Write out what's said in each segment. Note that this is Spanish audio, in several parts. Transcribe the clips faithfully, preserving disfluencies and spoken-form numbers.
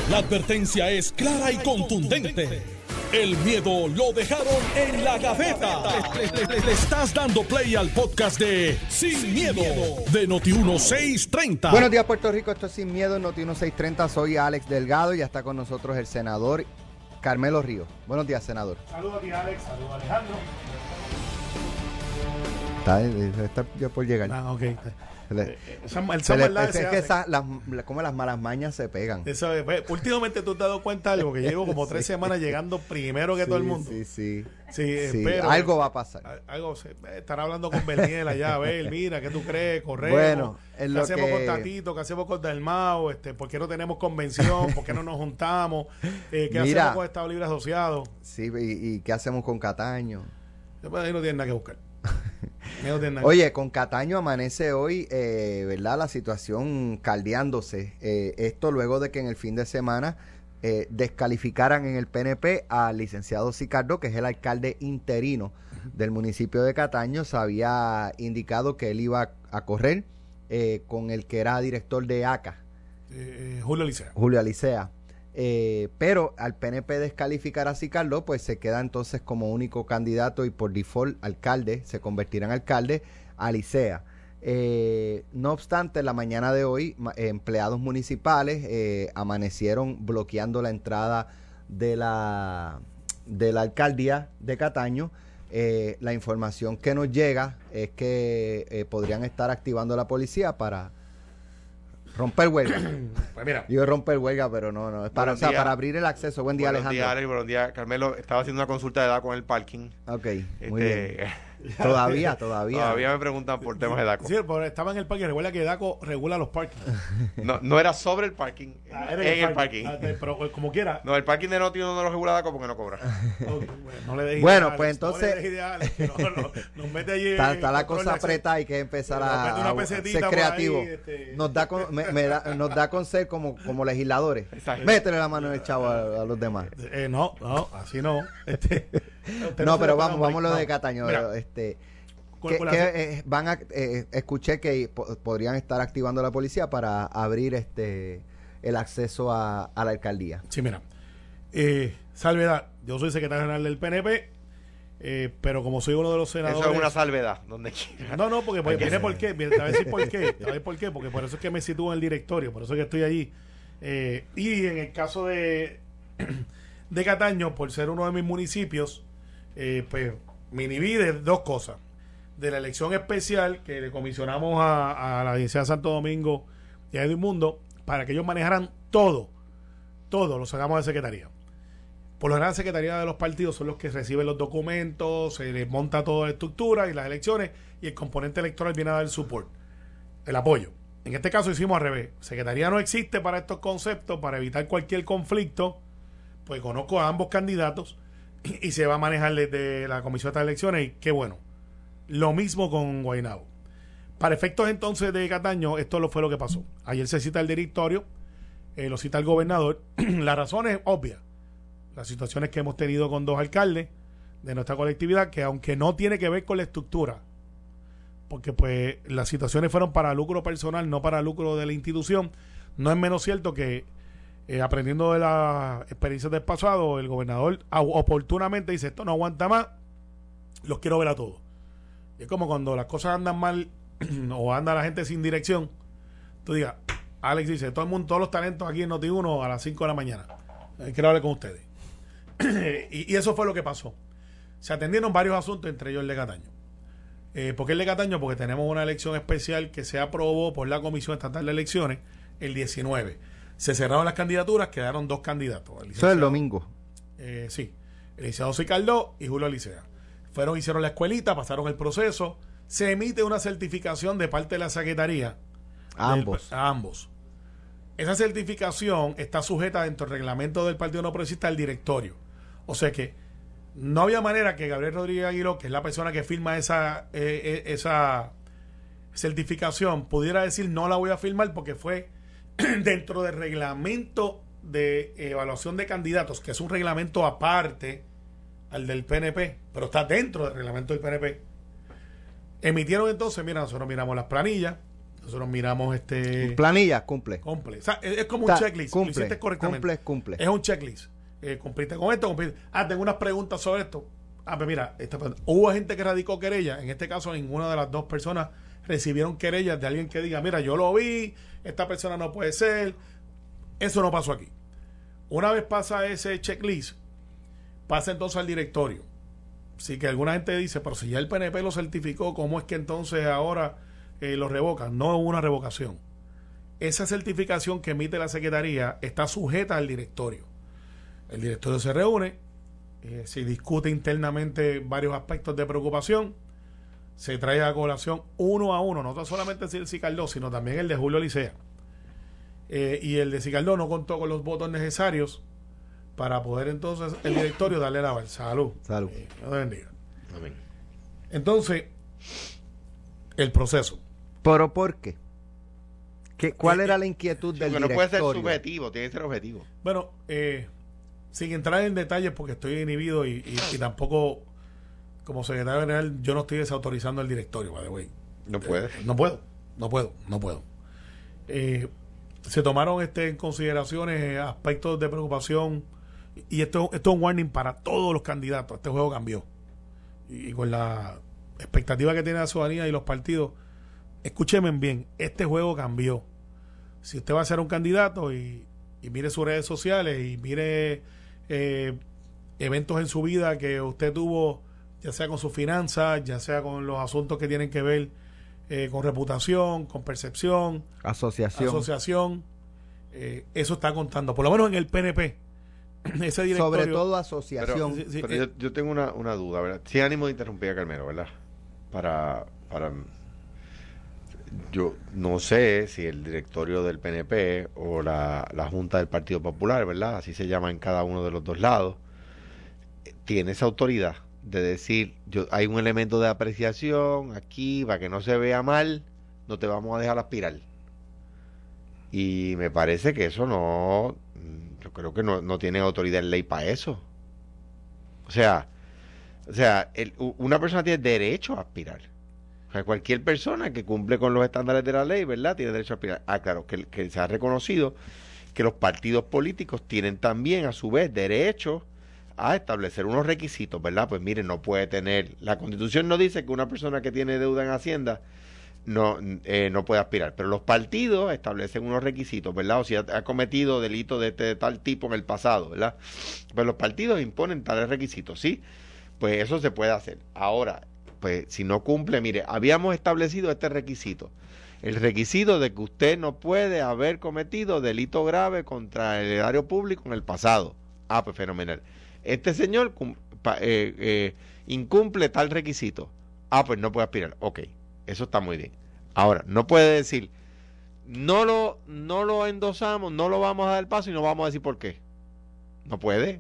La advertencia es clara y contundente. El miedo lo dejaron en la gaveta. Le, le- le- le estás dando play al podcast de Sin, Miedo, de Noti uno seiscientos treinta. Buenos días, Puerto Rico. Esto es Sin Miedo en Noti uno seiscientos treinta. Soy Alex Delgado y ya está con nosotros el senador Carmelo Ríos. Buenos días, senador. Saludos a ti, Alex. Saludos a Alejandro. Está, está ya por llegar. Ah, ok. Le- Esa- el se le- San es, es que esa- las, como las malas mañas se pegan. Eso es, pues, últimamente tú te has dado cuenta de algo, que llevo como tres Sí. semanas llegando primero que Sí, todo el mundo. Sí, sí. Sí, Sí, espero. algo va a pasar. A- Algo se, estará hablando con Berniel allá, a ver, mira, ¿qué tú crees? Correo. Bueno, en ¿Qué lo hacemos que- con Tatito? ¿Qué hacemos con Dalmau? Este, ¿Por qué no tenemos convención? ¿Por qué no nos juntamos? Eh, ¿Qué Mira. hacemos con Estado Libre Asociado? Sí, y, y ¿qué hacemos con Cataño? Después ahí no tienen nada que buscar. Ahí no tienen nada Oye, con Cataño amanece hoy, eh, ¿verdad? La situación caldeándose. Eh, esto luego de que en el fin de semana eh, descalificaran en el P N P al licenciado Sicardo, que es el alcalde interino del municipio de Cataño. Se había indicado que él iba a correr eh, con el que era director de A C A, Eh, Julio Licea. Julio Alicea. Eh, pero al P N P descalificar a Sicardo, pues se queda entonces como único candidato y por default alcalde, se convertirá en alcalde Alicea. Eh, no obstante, en la mañana de hoy, ma- eh, empleados municipales eh, amanecieron bloqueando la entrada de la, de la alcaldía de Cataño. Eh, la información que nos llega es que eh, podrían estar activando la policía para romper huelga. Pues mira, Yo romper huelga, pero no, no. Es para, o Buenos sea, días. para abrir el acceso. Buen día, Buenos Alejandro. días, Alex. Buenos días, Carmelo. Estaba haciendo una consulta de edad con el parking. Ok, muy Este, bien. Todavía, todavía. Todavía me preguntan por temas de DACO. sí, pero estaba en el parque. Recuerda que DACO regula los parques. No, no era sobre el parking, Ah, era en el parking. Ah, te- pero como quiera. No, el parking de Noti no lo regula DACO porque no cobra. Ok, bueno, no le des Bueno, idea a pues Alex, entonces- no le des idea a Alex, que no, no, nos mete allí. Está, en está la control cosa de acceso. apretada, hay que empezar Nos mete a, una a pesetita ser por creativo. ahí, este. Nos da con, me- me da- nos da con ser como, como legisladores. Exacto. Métele la mano en el chavo a, a los demás. Eh, no, no, así no. Este, usted No, se pero le vamos, pega vamos un lo mic. de No. Cataño. Mira, Este, con- que, con la- que, eh, van a eh, escuché que po- podrían estar activando la policía para abrir este el acceso a, a la alcaldía. Sí, mira. Eh, salvedad, yo soy secretario general del P N P, eh, pero como soy uno de los senadores. Eso es una salvedad, donde quiera. No, no, porque pues, Hay que viene ser. por qué. Viene, te voy a decir por qué. Te voy a decir por qué. Porque por eso es que me sitúo en el directorio. Por eso es que estoy allí. Eh, y en el caso de, de Cataño, por ser uno de mis municipios, eh, pues me inhibí de dos cosas. De la elección especial que le comisionamos a, a la Universidad de Santo Domingo y a Edwin Mundo para que ellos manejaran todo. Todo lo sacamos de secretaría. Por lo general, la secretaría de los partidos son los que reciben los documentos, se les monta toda la estructura y las elecciones, y el componente electoral viene a dar el support, el apoyo. En este caso hicimos al revés. Secretaría no existe para estos conceptos, para evitar cualquier conflicto, pues conozco a ambos candidatos y, y se va a manejar desde la Comisión de Elecciones, y qué bueno. Lo mismo con Guaynabo. Para efectos entonces de Cataño, esto lo fue lo que pasó. Ayer se cita el directorio, eh, lo cita el gobernador. La razón es obvia. Las situaciones que hemos tenido con dos alcaldes de nuestra colectividad, que aunque no tiene que ver con la estructura, porque pues las situaciones fueron para lucro personal, no para lucro de la institución, no es menos cierto que eh, aprendiendo de las experiencias del pasado, el gobernador a- oportunamente dice, esto no aguanta más, los quiero ver a todos. Y es como cuando las cosas andan mal o anda la gente sin dirección, tú digas, Alex dice, todo el mundo, todos los talentos aquí en Noti uno a las cinco de la mañana. Eh, quiero hablar con ustedes. y, y eso fue lo que pasó. Se atendieron varios asuntos, entre ellos el de Cataño. Eh, ¿Por qué el de Cataño? Porque tenemos una elección especial que se aprobó por la Comisión Estatal de Elecciones el diecinueve. Se cerraron las candidaturas, quedaron dos candidatos. El Eso es el licenciado- domingo. eh, sí, el licenciado Sicardo y Julio Alicea. Fueron, hicieron la escuelita, pasaron el proceso, se emite una certificación de parte de la Secretaría. A del- ambos. a ambos. Esa certificación está sujeta dentro del reglamento del Partido No Progresista al directorio. O sea que no había manera que Gabriel Rodríguez Aguiló, que es la persona que firma esa, eh, eh, esa certificación, pudiera decir no la voy a firmar porque fue dentro del reglamento de evaluación de candidatos, que es un reglamento aparte al del P N P, pero está dentro del reglamento del P N P. Emitieron entonces, mira, nosotros miramos las planillas, nosotros miramos este... Planilla, cumple. Cumple. O sea, es, es como O sea, un checklist. cumple, Lo hiciste correctamente. cumple, cumple. Es un checklist. Eh, cumpliste con esto, cumpliste. Ah, tengo unas preguntas sobre esto. Ah, pues mira, esta, hubo gente que radicó querella. En este caso, ninguna de las dos personas recibieron querellas de alguien que diga, mira, yo lo vi, esta persona no puede ser. Eso no pasó aquí. Una vez pasa ese checklist, pasa entonces al directorio. Sí que alguna gente dice, pero si ya el P N P lo certificó, ¿cómo es que entonces ahora eh, lo revocan? No hubo una revocación. Esa certificación que emite la Secretaría está sujeta al directorio. El directorio se reúne, eh, se discute internamente varios aspectos de preocupación, se trae a colación uno a uno, no solamente el Cicaldó, sino también el de Julio Licea. Eh, y el de Cicaldó no contó con los votos necesarios para poder entonces el directorio darle la aval. Salud. Salud. Eh, Dios te bendiga. Amén. Entonces, el proceso. ¿Pero por qué? ¿Qué ¿Cuál Eh, era la inquietud Sí, del porque no puede ser directorio? subjetivo, tiene que ser objetivo. Bueno, eh, sin entrar en detalles porque estoy inhibido y, y, y tampoco como secretario general yo no estoy desautorizando al directorio, by the way. No puede. Eh, no puedo, no puedo, no puedo. Eh, se tomaron este en consideraciones eh, aspectos de preocupación y esto, esto es un warning para todos los candidatos. Este juego cambió y, y con la expectativa que tiene la ciudadanía y los partidos, escúchenme bien, este juego cambió. Si usted va a ser un candidato y, y mire sus redes sociales y mire eh, eventos en su vida que usted tuvo, ya sea con sus finanzas, ya sea con los asuntos que tienen que ver eh, con reputación, con percepción, Asociación. asociación, eh, eso está contando, por lo menos en el P N P. Ese directorio, Sobre todo asociación. Sí, sí, Pero eh, yo, yo tengo una, una duda, ¿verdad? Sin ánimo de interrumpir a Carmelo, ¿verdad? Para, para... Yo no sé si el directorio del P N P o la, la Junta del Partido Popular, ¿verdad? Así se llama en cada uno de los dos lados, tiene esa autoridad de decir, yo hay un elemento de apreciación aquí, para que no se vea mal, no te vamos a dejar aspirar. Y me parece que eso no, yo creo que no, no tiene autoridad en ley para eso. O sea, o sea, el, una persona tiene derecho a aspirar. O sea, cualquier persona que cumple con los estándares de la ley, ¿verdad?, tiene derecho a aspirar. Ah, claro, que, que se ha reconocido que los partidos políticos tienen también, a su vez, derecho a establecer unos requisitos, ¿verdad? Pues miren, no puede tener... La Constitución no dice que una persona que tiene deuda en Hacienda no, eh, no puede aspirar, pero los partidos establecen unos requisitos, ¿verdad? O si ha, ha cometido delitos de, este, de tal tipo en el pasado, ¿verdad? Pues los partidos imponen tales requisitos, ¿sí? Pues eso se puede hacer. Ahora, pues si no cumple, mire, habíamos establecido este requisito. El requisito de que usted no puede haber cometido delito grave contra el erario público en el pasado. Ah, pues fenomenal. Este señor eh, eh, incumple tal requisito. Ah, pues no puede aspirar. Ok, eso está muy bien. Ahora, no puede decir, no lo, no lo endosamos, no lo vamos a dar paso y no vamos a decir por qué. No puede.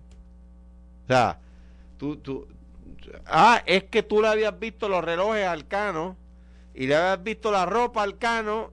O sea, tú, tú, ah, es que tú le habías visto los relojes al Cano y le habías visto la ropa al Cano.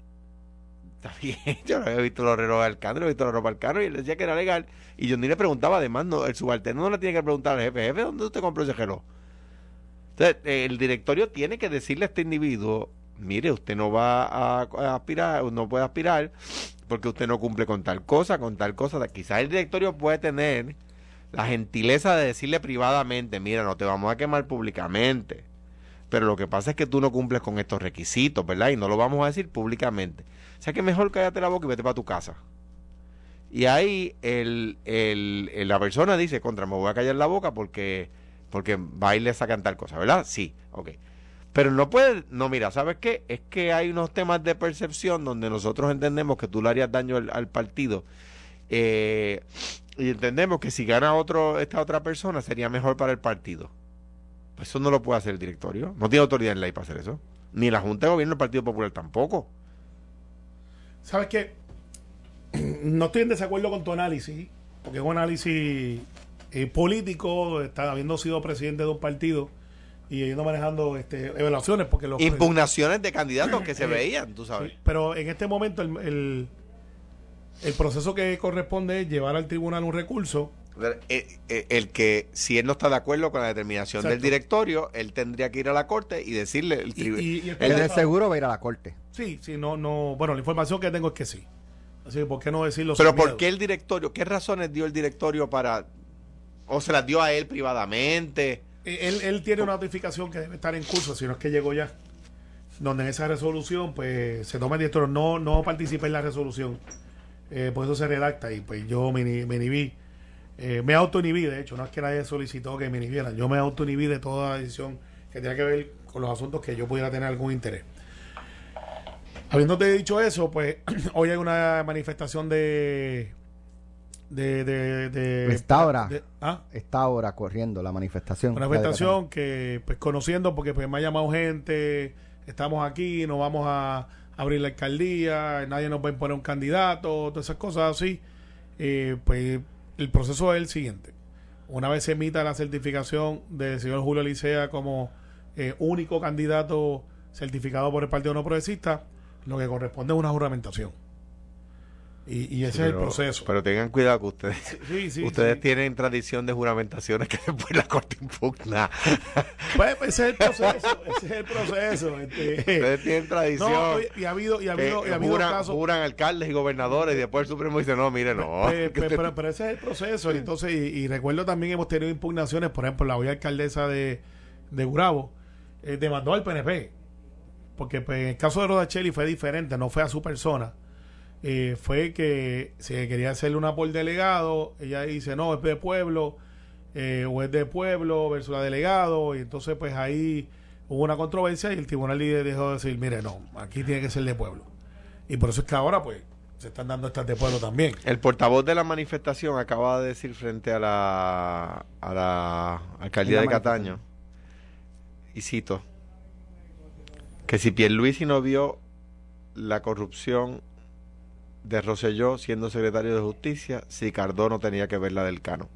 Está bien, yo no había visto los relojes al Cano, no había visto la ropa al Cano y él decía que era legal. Y yo ni le preguntaba, además, no, el subalterno no le tiene que preguntar al jefe, jefe, ¿dónde usted compró ese reloj? Entonces, el directorio tiene que decirle a este individuo, mire, usted no va a, a aspirar, no puede aspirar porque usted no cumple con tal cosa, con tal cosa. Quizás el directorio puede tener la gentileza de decirle privadamente, mira, no te vamos a quemar públicamente, pero lo que pasa es que tú no cumples con estos requisitos, ¿verdad? Y no lo vamos a decir públicamente. O sea que mejor cállate la boca y vete para tu casa. Y ahí el, el, el, la persona dice, contra, me voy a callar la boca porque, porque va a irles a cantar cosas, ¿verdad? Sí, ok. Pero no puede, no, mira, ¿sabes qué? Es que hay unos temas de percepción donde nosotros entendemos que tú le harías daño al, al partido. Eh, y entendemos que si gana otro esta otra persona sería mejor para el partido. Pues eso no lo puede hacer el directorio. No tiene autoridad en ley para hacer eso. Ni la Junta de Gobierno del Partido Popular tampoco. ¿Sabes qué? No estoy en desacuerdo con tu análisis, porque es un análisis eh, político, está, habiendo sido presidente de un partido y yendo manejando este, evaluaciones, porque los impugnaciones de candidatos que se eh, veían, tú sabes. Sí, pero en este momento el, el, el proceso que corresponde es llevar al tribunal un recurso El, el, el que, si él no está de acuerdo con la determinación Exacto. del directorio, él tendría que ir a la corte y decirle... El, y, y, y el, el de seguro va a ir a la corte. Sí, sí, no, no... Bueno, la información que tengo es que sí. Así que, ¿por qué no decirlo? Pero ¿por qué el directorio? ¿Qué razones dio el directorio para... o se las dio a él privadamente? Él, él tiene una notificación que debe estar en curso, si no es que llegó ya. Donde en esa resolución, pues, se toma el directorio. No, no participa en la resolución. Eh, por eso se redacta y pues yo me, me inhibí. Eh, me auto-inhibí, de hecho, no es que nadie solicitó que me inhibieran. Yo me auto-inhibí de toda decisión que tenía que ver con los asuntos que yo pudiera tener algún interés. Habiéndote dicho eso, pues hoy hay una manifestación de... de, de, de está ahora de, ¿ah? está ahora corriendo la manifestación. Una manifestación que, pues conociendo, porque pues me ha llamado gente, estamos aquí, nos vamos a abrir la alcaldía, nadie nos va a imponer un candidato, todas esas cosas así. Eh, pues el proceso es el siguiente. Una vez se emita la certificación del señor Julio Licea como eh, único candidato certificado por el Partido No Progresista, lo que corresponde es una juramentación. Y, y ese sí, pero, es el proceso. Pero tengan cuidado que ustedes sí, sí, ustedes sí. tienen tradición de juramentaciones que después la corte impugna. Pues ese es el proceso, ese es el proceso. Este. Ustedes tienen tradición. No, y ha habido, y ha habido, eh, y ha habido juran, casos. Juran alcaldes y gobernadores y después el Supremo dice, no, mire, no. Pues, pues, pero, pero ese es el proceso. Y entonces, y, y recuerdo también hemos tenido impugnaciones, por ejemplo, la hoy alcaldesa de, de Gurabo eh, demandó al P N P. Porque pues, en el caso de Rodacheli fue diferente, no fue a su persona. Eh, fue que se quería hacerle una por delegado, ella dice no, es de pueblo eh, o es de pueblo versus la delegado, y entonces pues ahí hubo una controversia y el tribunal dejó de decir, mire, no, aquí tiene que ser de pueblo, y por eso es que ahora pues se están dando estas de pueblo también. El portavoz de la manifestación acaba de decir frente a la a la alcaldía de Cataño, y cito, que si Pierluisi no vio la corrupción de Rosselló siendo secretario de Justicia, si Cardó no tenía que ver la del Cano.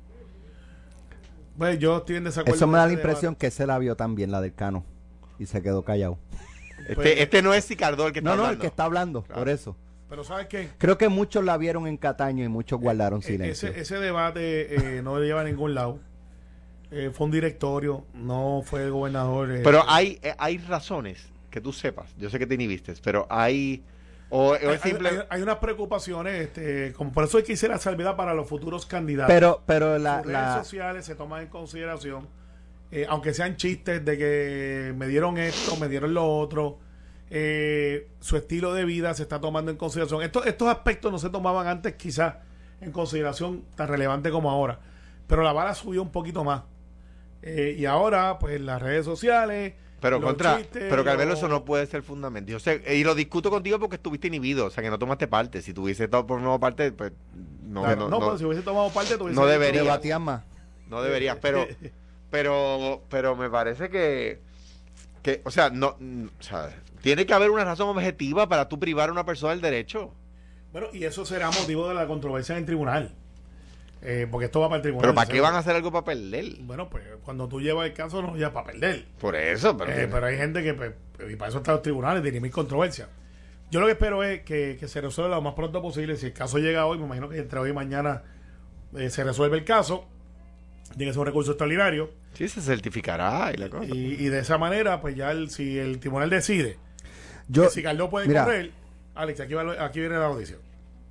Pues yo estoy en desacuerdo. Eso me da la impresión debate. que se la vio también la del Cano y se quedó callado. Este, pues, este no es Sicardó el que está no, hablando. No, el que está hablando, claro. Por eso. Pero ¿sabes qué? Creo que muchos la vieron en Cataño y muchos guardaron eh, silencio. Ese, ese debate eh, no lleva a ningún lado. Eh, fue un directorio, no fue el gobernador. Eh, pero hay, eh, hay razones que tú sepas. Yo sé que te inhibiste, pero hay... O, o hay, simple... hay, hay unas preocupaciones, este, como por eso hay que hacer la salvedad para los futuros candidatos. Pero, pero la, Sus la... redes sociales se toman en consideración, eh, aunque sean chistes de que me dieron esto, me dieron lo otro, eh, su estilo de vida se está tomando en consideración. Estos, estos aspectos no se tomaban antes quizás en consideración tan relevante como ahora, pero la vara subió un poquito más. Eh, y ahora, pues las redes sociales... Pero contra, chistes, pero Carmelo, eso no puede ser fundamento. Yo sé, y lo discuto contigo porque estuviste inhibido, o sea que no tomaste parte. Si tuviese tomado por nueva parte, pues no, claro, no, no, no, pero si hubiese tomado parte, no deberías. Debatías más. No deberías, pero, pero, pero me parece que, que, o sea, no, o sea, tiene que haber una razón objetiva para tú privar a una persona del derecho. Bueno, y eso será motivo de la controversia en el tribunal. Eh, porque esto va para el tribunal. ¿Pero para qué van a hacer algo para perder? Bueno, pues cuando tú llevas el caso no ya para perder. Por eso, pero... Eh, pero hay gente que, pues, y para eso están los tribunales, dirimir controversia. Yo lo que espero es que, que se resuelva lo más pronto posible. Si el caso llega hoy, me imagino que entre hoy y mañana eh, se resuelve el caso. Tiene que ser un recurso extraordinario. Sí, se certificará y la cosa. Y, y de esa manera, pues ya el, si el tribunal decide Yo, que si Carlos puede mira, correr, Alex, aquí, va, aquí viene la noticia.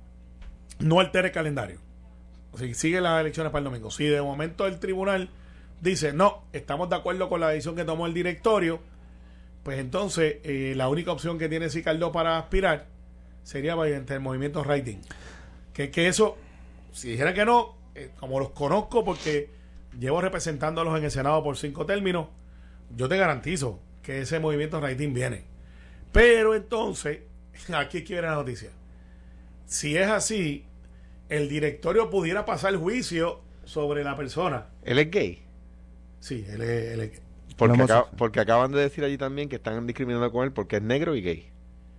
No altere el calendario. O sea, sigue las elecciones para el domingo. Si de momento el tribunal dice, no, estamos de acuerdo con la decisión que tomó el directorio, pues entonces eh, la única opción que tiene Sicardó para aspirar sería mediante el movimiento rating. Que, que eso, si dijera que no, eh, como los conozco porque llevo representándolos en el Senado por cinco términos, yo te garantizo que ese movimiento rating viene. Pero entonces, aquí quiere la noticia. Si es así, el directorio pudiera pasar juicio sobre la persona. ¿Él es gay? Sí, él es, él es gay. Porque, acá, porque acaban de decir allí también que están discriminando con él porque es negro y gay.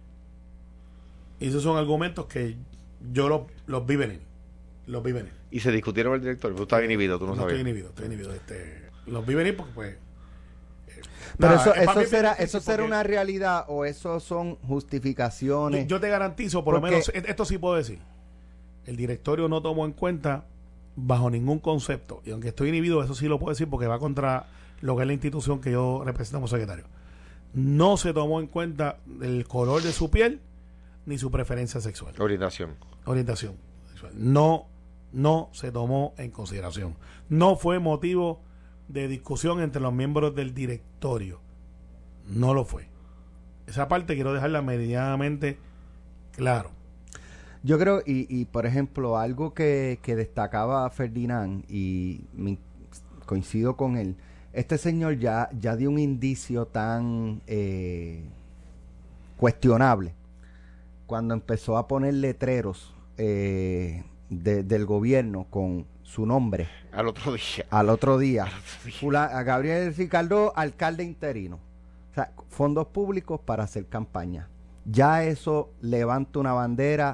Y esos son argumentos que yo los, los vi venir. Los vi venir. Y se discutieron con el directorio. Tú estás inhibido, tú no, no sabes. Estoy inhibido, estoy inhibido. Este, los vi venir porque pues... Pero nada, eso, eso será eso será una realidad o eso son justificaciones. Yo te garantizo, por lo menos, esto sí puedo decir. El directorio no tomó en cuenta bajo ningún concepto, y aunque estoy inhibido, eso sí lo puedo decir porque va contra lo que es la institución que yo represento como secretario, no se tomó en cuenta el color de su piel ni su preferencia sexual. Orientación. Orientación sexual. No, no se tomó en consideración. No fue motivo de discusión entre los miembros del directorio. No lo fue. Esa parte quiero dejarla meridianamente claro. Yo creo, y, y por ejemplo, algo que, que destacaba Ferdinand, y me, coincido con él, este señor ya, ya dio un indicio tan eh, cuestionable cuando empezó a poner letreros eh, de, del gobierno con su nombre. Al otro día. Al otro día. Al otro día. Fula, a Gabriel Ricardo, alcalde interino. O sea, fondos públicos para hacer campaña. Ya eso levanta una bandera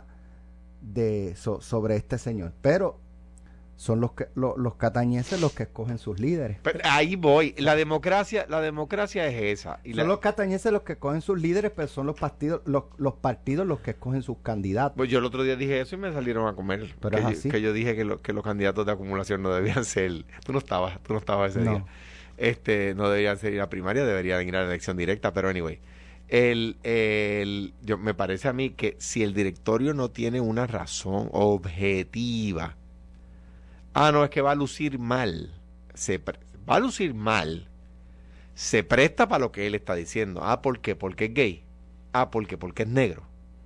de so, sobre este señor. Pero son los que lo, los catañeses los que escogen sus líderes. Pero ahí voy. La democracia, la democracia es esa. Y son la... los catañeses los que escogen sus líderes, pero son los partidos, los, los partidos los que escogen sus candidatos. Pues yo el otro día dije eso y me salieron a comer. Pero que, es yo, así. que yo dije que, lo, que los candidatos de acumulación no debían ser. Tú no estabas, tú no estabas ese No. día. Este, no deberían ser ir a primaria, deberían ir a la elección directa, pero anyway. El, el, yo, me parece a mí que si el directorio no tiene una razón objetiva, ah, no, es que va a lucir mal, se pre- va a lucir mal, se presta para lo que él está diciendo. Ah, ¿por qué? Porque es gay. Ah, ¿por qué? Porque es negro.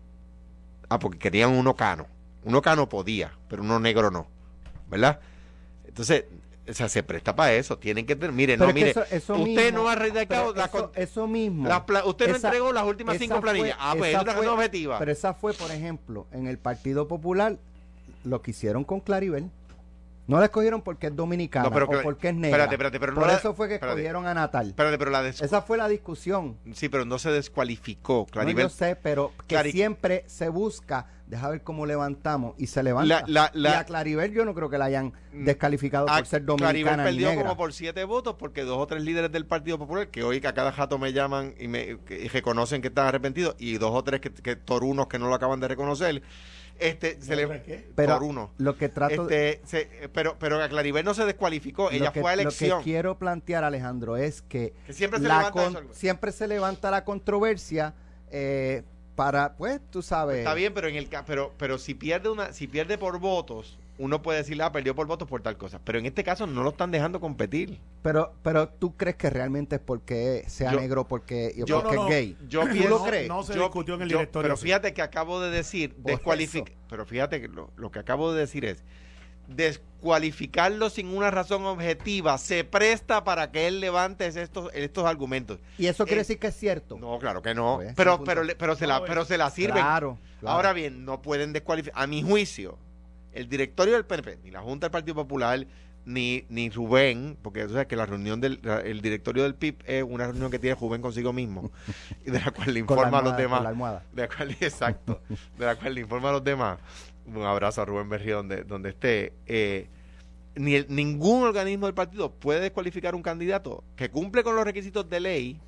Ah, porque querían uno cano. Uno cano podía, pero uno negro no, ¿verdad? Entonces, o sea, se presta para eso. Tienen que tener, mire, Pero no, es que mire, eso- eso usted mismo- no ha redactado pero la eso, eso mismo. las pla- usted no Esa- entregó las últimas esa cinco fue- planillas. Ah, pues es esa una fue- razón objetiva. Pero esa fue, por ejemplo, en el Partido Popular, lo que hicieron con Claribel. No la escogieron porque es dominicana No, pero o Clar- porque es negra. espérate, espérate, pero no por la- eso fue que espérate. escogieron a Natal. Espérate, pero la des- Esa fue la discusión. sí, pero no se descualificó. No, Claribel, yo sé, pero que Clari- siempre se busca, deja ver cómo levantamos, y se levanta. La- la- la- y a Claribel yo no creo que la hayan Mm, descalificado a- por ser Claribel dominicana ni perdió negra. como por siete votos porque dos o tres líderes del Partido Popular, que hoy a cada jato me llaman y me que- y reconocen que están arrepentidos, y dos o tres que, que torunos que no lo acaban de reconocer, este se le ¿Qué? Pero toruno. lo que trato de... Este, se- pero pero a Claribel no se descualificó, ella lo que, fue a lo elección. que quiero plantear, Alejandro, es que, Que siempre se la levanta con- eso. siempre se levanta la controversia eh, para, pues, tú sabes... Está bien, pero en el ca- pero pero si pierde una si pierde por votos, uno puede decir, ah, perdió por votos por tal cosa, pero en este caso no lo están dejando competir. Pero, pero tú crees que realmente es porque sea Yo- negro, porque, yo porque no, no. es gay. Yo ¿Tú pienso, lo crees? No se discutió en el directorio, Pero sí. fíjate que acabo de decir, Por descualific- eso. pero fíjate que lo, lo que acabo de decir es, descualificarlo sin una razón objetiva se presta para que él levante estos, estos argumentos. Y eso quiere Eh, decir que es cierto. No, claro que no. Pues, pero, sí, pero, punto. le- pero, se la, No, pero se la sirven. Claro, claro. Ahora bien, no pueden descualificar. A mi juicio, el directorio del P N P, ni la Junta del Partido Popular, ni, ni Rubén, porque tú sabes que la reunión del la- el directorio del P I B es una reunión que tiene Rubén consigo mismo, y de la cual le Con la informa a los almohada, con demás. la almohada. De la cual, exacto, de la cual le informa a los demás. Un abrazo a Rubén Berrío donde, donde esté. Eh, ni el- ningún organismo del partido puede descualificar un candidato que cumple con los requisitos de ley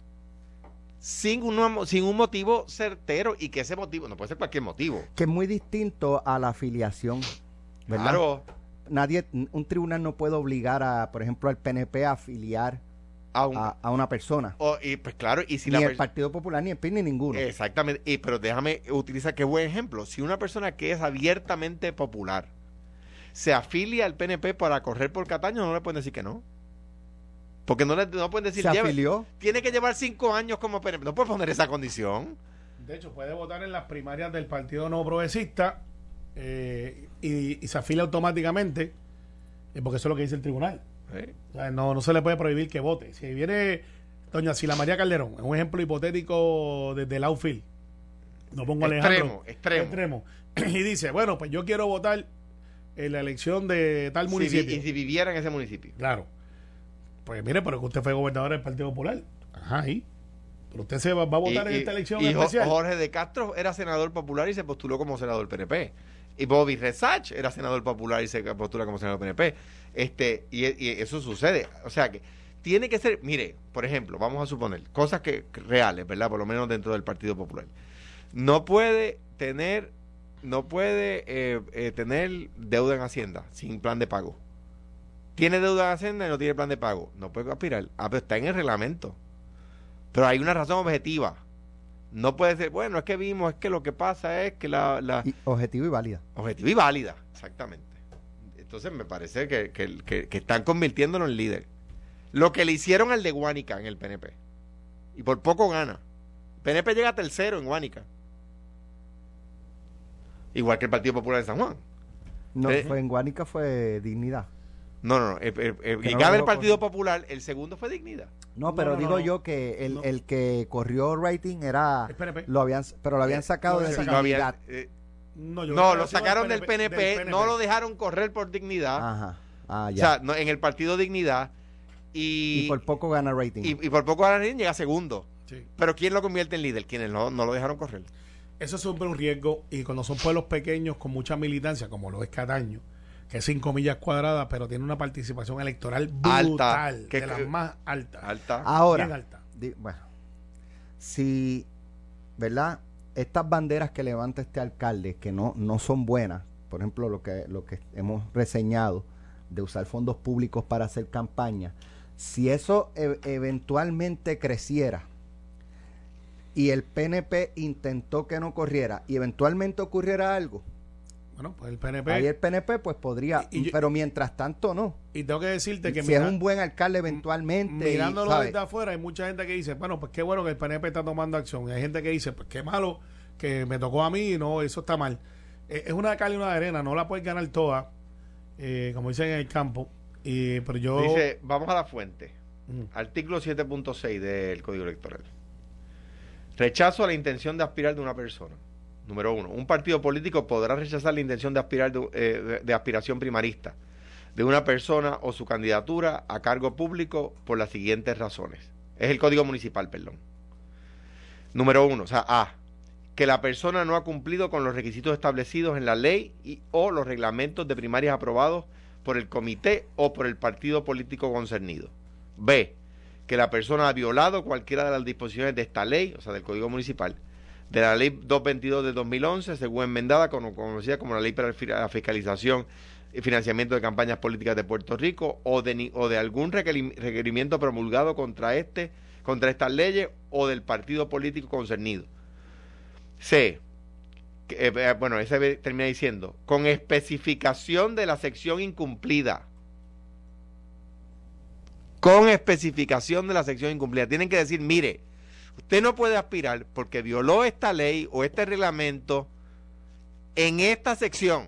sin un, sin un motivo certero, y que ese motivo no puede ser cualquier motivo. Que es muy distinto a la afiliación, ¿verdad? Claro, Nadie, un tribunal no puede obligar a, por ejemplo, al P N P a afiliar a un- a, a una persona. o- y pues claro, y si Ni la el per- Partido Popular, ni el P I B, ni ninguno. exactamente, y, pero déjame utilizar qué buen ejemplo. Si una persona que es abiertamente popular se afilia al P N P para correr por Cataño, no le pueden decir que no. Porque no le no pueden decir, Se lleve- afilió. tiene que llevar cinco años como P N P. No puede poner esa condición. De hecho, puede votar en las primarias del Partido No Progresista eh, y, y se afilia automáticamente, eh, porque eso es lo que dice el tribunal. ¿Eh? O sea, no, no se le puede prohibir que vote. Si viene doña Sila María Calderón, es un ejemplo hipotético desde el outfield, no pongo Extremo, Alejandro, extremo. extremo, y dice, bueno, pues yo quiero votar en la elección de tal Si vi- municipio. y si viviera en ese municipio. Claro. Pues mire, pero que usted fue gobernador del Partido Popular. Ajá, ahí. Pero usted se va, va a votar Y- en y- esta elección y Jo- especial. Jorge de Castro era senador popular y se postuló como senador P N P. Y Bobby Resach era senador popular y se postula como senador P N P. Este, y, y eso sucede. O sea que tiene que ser, mire, por ejemplo, vamos a suponer, cosas que, que reales, ¿verdad? Por lo menos dentro del Partido Popular. No puede tener no puede eh, eh, tener deuda en Hacienda sin plan de pago. Tiene deuda en Hacienda y no tiene plan de pago. No puede aspirar. Ah, pero está en el reglamento. Pero hay una razón objetiva. No puede ser, bueno, es que vimos, es que lo que pasa es que la... la y objetivo y válida. Objetivo y válida, exactamente. Entonces me parece que, que, que, que están convirtiéndolo en líder. Lo que le hicieron al de Guánica en el P N P. Y por poco gana. P N P llega a tercero en Guánica. Igual que el Partido Popular de San Juan. No, ¿Eh? fue en Guánica fue Dignidad. No, no, no. El, el, el, Que el no gana lo el Partido con- Popular, el segundo fue Dignidad. No, pero No, no, digo no, no. yo que el, No. el que corrió rating era El P N P. lo habían pero lo habían Eh, sacado lo de habían No, había- Dignidad. eh, No, yo no, creo lo que ha sido sacaron del del P N P, del P N P. no lo dejaron correr por Dignidad. Ajá. Ah, O ya. sea, no, en el Partido Dignidad. Y, y por poco gana rating. y, y por poco ahora llega segundo. Sí. Pero ¿quién lo convierte en líder? Quienes no, no lo dejaron correr. Eso es siempre un riesgo y cuando son pueblos pequeños con mucha militancia, como lo es Cataño, que es cinco millas cuadradas, pero tiene una participación electoral brutal, Alta, que- de las que- más altas. Alta. Ahora, Bien alta. di- bueno, si, ¿verdad? Estas banderas que levanta este alcalde, que no, no son buenas, por ejemplo, lo que, lo que hemos reseñado, de usar fondos públicos para hacer campaña, si eso e- eventualmente creciera y el P N P intentó que no corriera y eventualmente ocurriera algo, Bueno, pues el P N P. ahí el P N P pues podría, Y- y yo- pero mientras tanto no. Y tengo que decirte que Si mira- es un buen alcalde eventualmente, y, mirándolo ¿sabe? desde afuera, hay mucha gente que dice, bueno, pues qué bueno que el P N P está tomando acción. Y hay gente que dice, pues qué malo que me tocó a mí, no, eso está mal. Eh, es una de cal y una de arena, no la puedes ganar toda, eh, como dicen en el campo. Y, pero yo... Dice, vamos a la fuente. Ujú. Artículo siete punto seis del Código Electoral. Rechazo a la intención de aspirar de una persona. Número uno, un partido político podrá rechazar la intención de aspirar de, eh, de, de aspiración primarista de una persona o su candidatura a cargo público por las siguientes razones. Es el Código Municipal, perdón. Número uno, o sea, A, que la persona no ha cumplido con los requisitos establecidos en la ley y, o los reglamentos de primarias aprobados por el comité o por el partido político concernido. B, que la persona ha violado cualquiera de las disposiciones de esta ley, o sea, del Código Municipal, de la Ley doscientos veintidós de dos mil once, según enmendada, como- conocida como la Ley para la Fiscalización y Financiamiento de Campañas Políticas de Puerto Rico, o de, ni- o de algún requerim- requerimiento promulgado contra este, contra estas leyes o del partido político concernido. C, que, eh, bueno, ese termina diciendo, con especificación de la sección incumplida. Con especificación de la sección incumplida. Tienen que decir, mire, usted no puede aspirar porque violó esta ley o este reglamento en esta sección.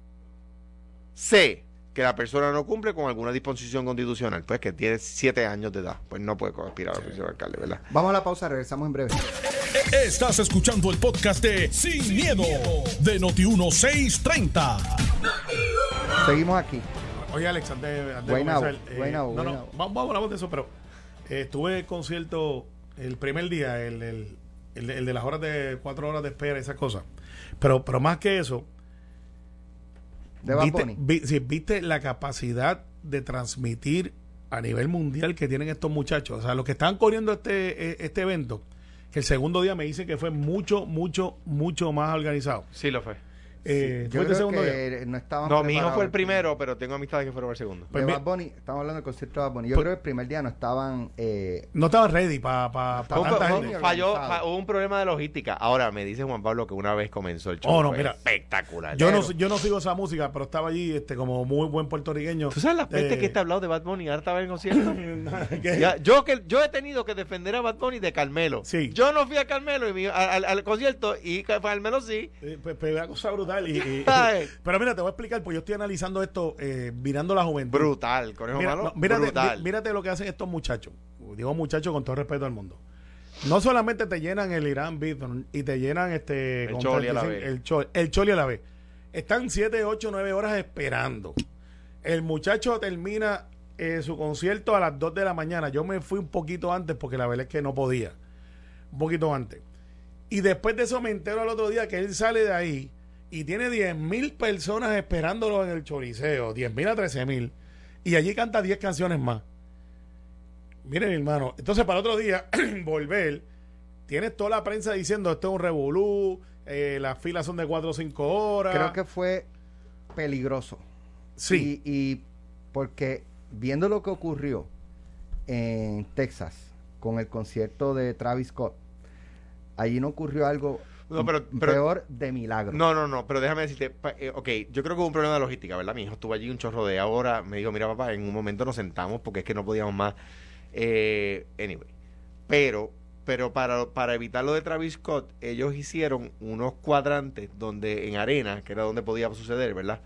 C, que la persona no cumple con alguna disposición constitucional, pues que tiene siete años de edad, pues no puede aspirar a la posición de alcalde, ¿verdad? Vamos a la pausa, regresamos en breve. Estás escuchando el podcast de Sin, miedo, de Noti uno seiscientos treinta. Seguimos aquí. Oye, Alex, antes, antes de Guaynabo, comenzar, eh, Guaynabo, no, no, Guaynabo. vamos, vamos a hablar de eso, pero eh, estuve en el concierto el primer día, el, el, el, de- el de las horas de cuatro horas de espera, esas cosas. Pero, pero más que eso, De Bad viste, Bunny. vi- sí, viste la capacidad de transmitir a nivel mundial que tienen estos muchachos. O sea, los que estaban corriendo este, eh, este evento, que el segundo día me dicen que fue mucho, mucho, mucho más organizado. Sí, lo fue. Eh, Yo ¿fue este creo segundo día? que no estaban No, mi hijo preparados. fue el primero, pero tengo amistades que fueron el segundo. De Pues mi- Bad Bunny, estamos hablando del concierto de Bad Bunny. Yo Pues- creo que el primer día no estaban eh, No estaban ready para pa, pa Fue un- tanta fue- gente. falló, organizado. fa- hubo un problema de logística. Ahora me dice Juan Pablo que una vez comenzó el show. Oh, no, fue mira. espectacular. Yo no, Pero- yo no sigo esa música, pero estaba allí este como muy buen puertorriqueño. ¿Tú sabes las veces Eh, que te he hablado de Bad Bunny? Ahora estaba en el concierto. que- Ya, yo que yo he tenido que defender a Bad Bunny de Carmelo. Sí. Yo no fui a Carmelo y mi- al, al- al concierto y Ca- Carmelo sí. Eh, pues, pues, una cosa brutal. Y, y- Ay. pero mira, te voy a explicar, pues yo estoy analizando esto, eh, mirando la juventud. Brutal, conejo Mira, malo. no, mírate, brutal. mí- mírate lo que hacen estos muchachos. Digo muchachos con todo respeto al mundo. No solamente te llenan el Irán Bithorn y te llenan este El con Choli a la treinta y cinco vez. el Choli, el Choli a la vez. Están siete, ocho, nueve horas esperando. El muchacho termina eh, su concierto a las dos de la mañana. Yo me fui un poquito antes porque la verdad es que no podía. Un poquito antes. Y después de eso me entero al otro día que él sale de ahí y tiene diez mil personas esperándolo en el choriceo, diez mil a trece mil, y allí canta diez canciones más. Miren, mi hermano, entonces para el otro día volver, tienes toda la prensa diciendo esto es un revolú, eh, las filas son de cuatro o cinco horas. Creo que fue peligroso. Sí. Y, y porque viendo lo que ocurrió en Texas con el concierto de Travis Scott, allí no ocurrió algo no, pero, pero, peor de milagro. No, no, no, pero déjame decirte, pa, eh, ok, yo creo que hubo un problema de logística, ¿verdad? Mi hijo estuvo allí un chorro de horas, me dijo, mira papá, en un momento nos sentamos porque es que no podíamos más. Eh, anyway, pero, pero para, para evitar lo de Travis Scott, ellos hicieron unos cuadrantes donde en arena, que era donde podía suceder, ¿verdad?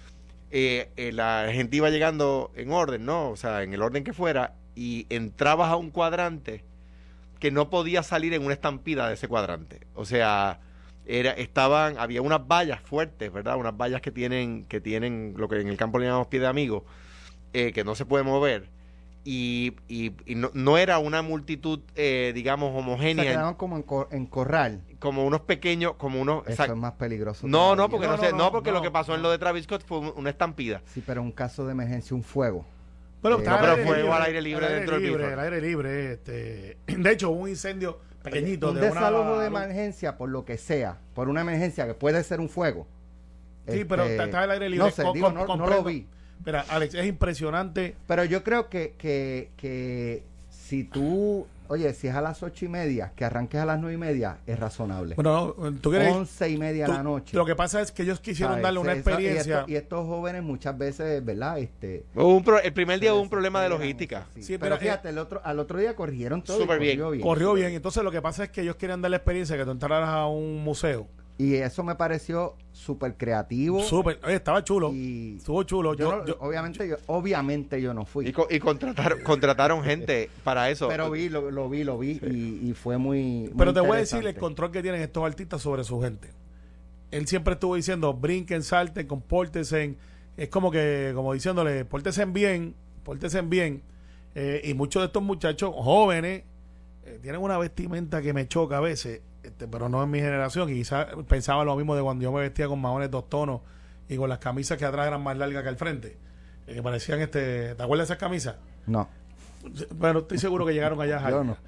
Eh, eh, la gente iba llegando en orden, ¿no? O sea, en el orden que fuera, y entrabas a un cuadrante que no podía salir en una estampida de ese cuadrante. O sea, era, estaban, había unas vallas fuertes, ¿verdad? Unas vallas que tienen, que tienen lo que en el campo le llamamos pie de amigo, eh, que no se puede mover. Y, y, y no, no era una multitud, eh, digamos, homogénea. Se quedaban como en, cor, en corral. Como unos pequeños, como unos... Eso es más peligroso. No, no, porque no, no, sé, no, no porque no, lo que pasó no. en lo de Travis Scott fue un, una estampida. Sí, pero un caso de emergencia, un fuego. Bueno, Eh, está no, pero al fue libre, al aire libre al dentro del libre, piso. al aire libre. Este, de hecho, hubo un incendio pequeñito. Un de desalojo una, de emergencia, por lo que sea, por una emergencia que puede ser un fuego. Sí, Este, pero está, está al aire libre. No sé, Con- digo, con- no, no comprendo. lo vi. Mira, Alex, es impresionante. Pero yo creo que, que, que si tú, oye, si es a las ocho y media, que arranques a las nueve y media, es razonable. Bueno, no, tú quieres... Once y media de tú- la noche. Lo que pasa es que ellos quisieron ¿sabes? darle una Esa- experiencia. Y, esto- y estos jóvenes muchas veces, ¿verdad? Este, Hubo un pro- el primer día se hubo un problema de desesperan, logística. sí. Sí, pero mira, fíjate, el otro, al otro día corrigieron todo. Súper y bien. corrió bien. Corrió bien. Entonces, lo que pasa es que ellos querían dar la experiencia que tú entraras a un museo. Y eso me pareció súper creativo. Súper. Oye, estaba chulo. Y Estuvo chulo. yo Yo, no- yo- obviamente, yo, obviamente yo no fui. Y, co- y contrataron, contrataron gente para eso. Pero vi, lo, lo vi, lo vi y, y fue muy, muy Pero te voy a decir el interesante. control que tienen estos artistas sobre su gente. Él siempre estuvo diciendo, brinquen, salten, compórtense. Es como que, como diciéndole, pórtense bien, pórtense bien. Eh, y muchos de estos muchachos jóvenes eh, tienen una vestimenta que me choca a veces, este, pero no en mi generación. Y quizás pensaba lo mismo de cuando yo me vestía con maones dos tonos y con las camisas que atrás eran más largas que al frente. Eh, que parecían, este, ¿te acuerdas de esas camisas? No, Bueno, estoy seguro que llegaron allá. yo no.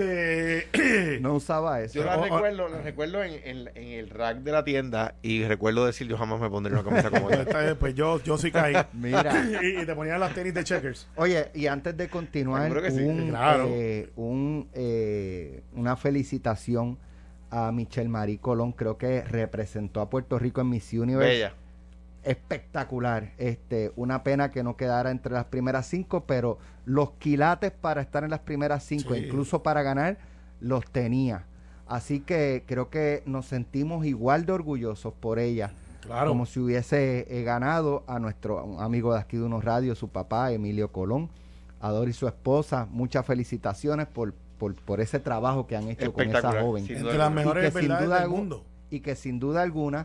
Este... No usaba eso. Yo la o- o- recuerdo, la recuerdo en, en, en el rack de la tienda y recuerdo decir, yo jamás me pondré una camisa como esta. Esta vez, pues yo, yo sí caí. Mira. y, y te ponían las tenis de checkers. Oye, y antes de continuar, Seguro que sí, un, claro. eh, un, eh, una felicitación a Michelle Marie Colón, creo que representó a Puerto Rico en Miss Universe. Bella. Espectacular. Este, una pena que no quedara entre las primeras cinco, pero los quilates para estar en las primeras cinco, Sí. incluso para ganar, los tenía. Así que creo que nos sentimos igual de orgullosos por ella, Claro. como si hubiese eh, ganado a nuestro amigo de aquí de Unos Radios, su papá, Emilio Colón, a Dori y su esposa. Muchas felicitaciones por, por, por ese trabajo que han hecho con esa Espectacular, joven. sin Entre duda las alguna. mejores Y que sin verdades duda del algún- mundo. Y que sin duda alguna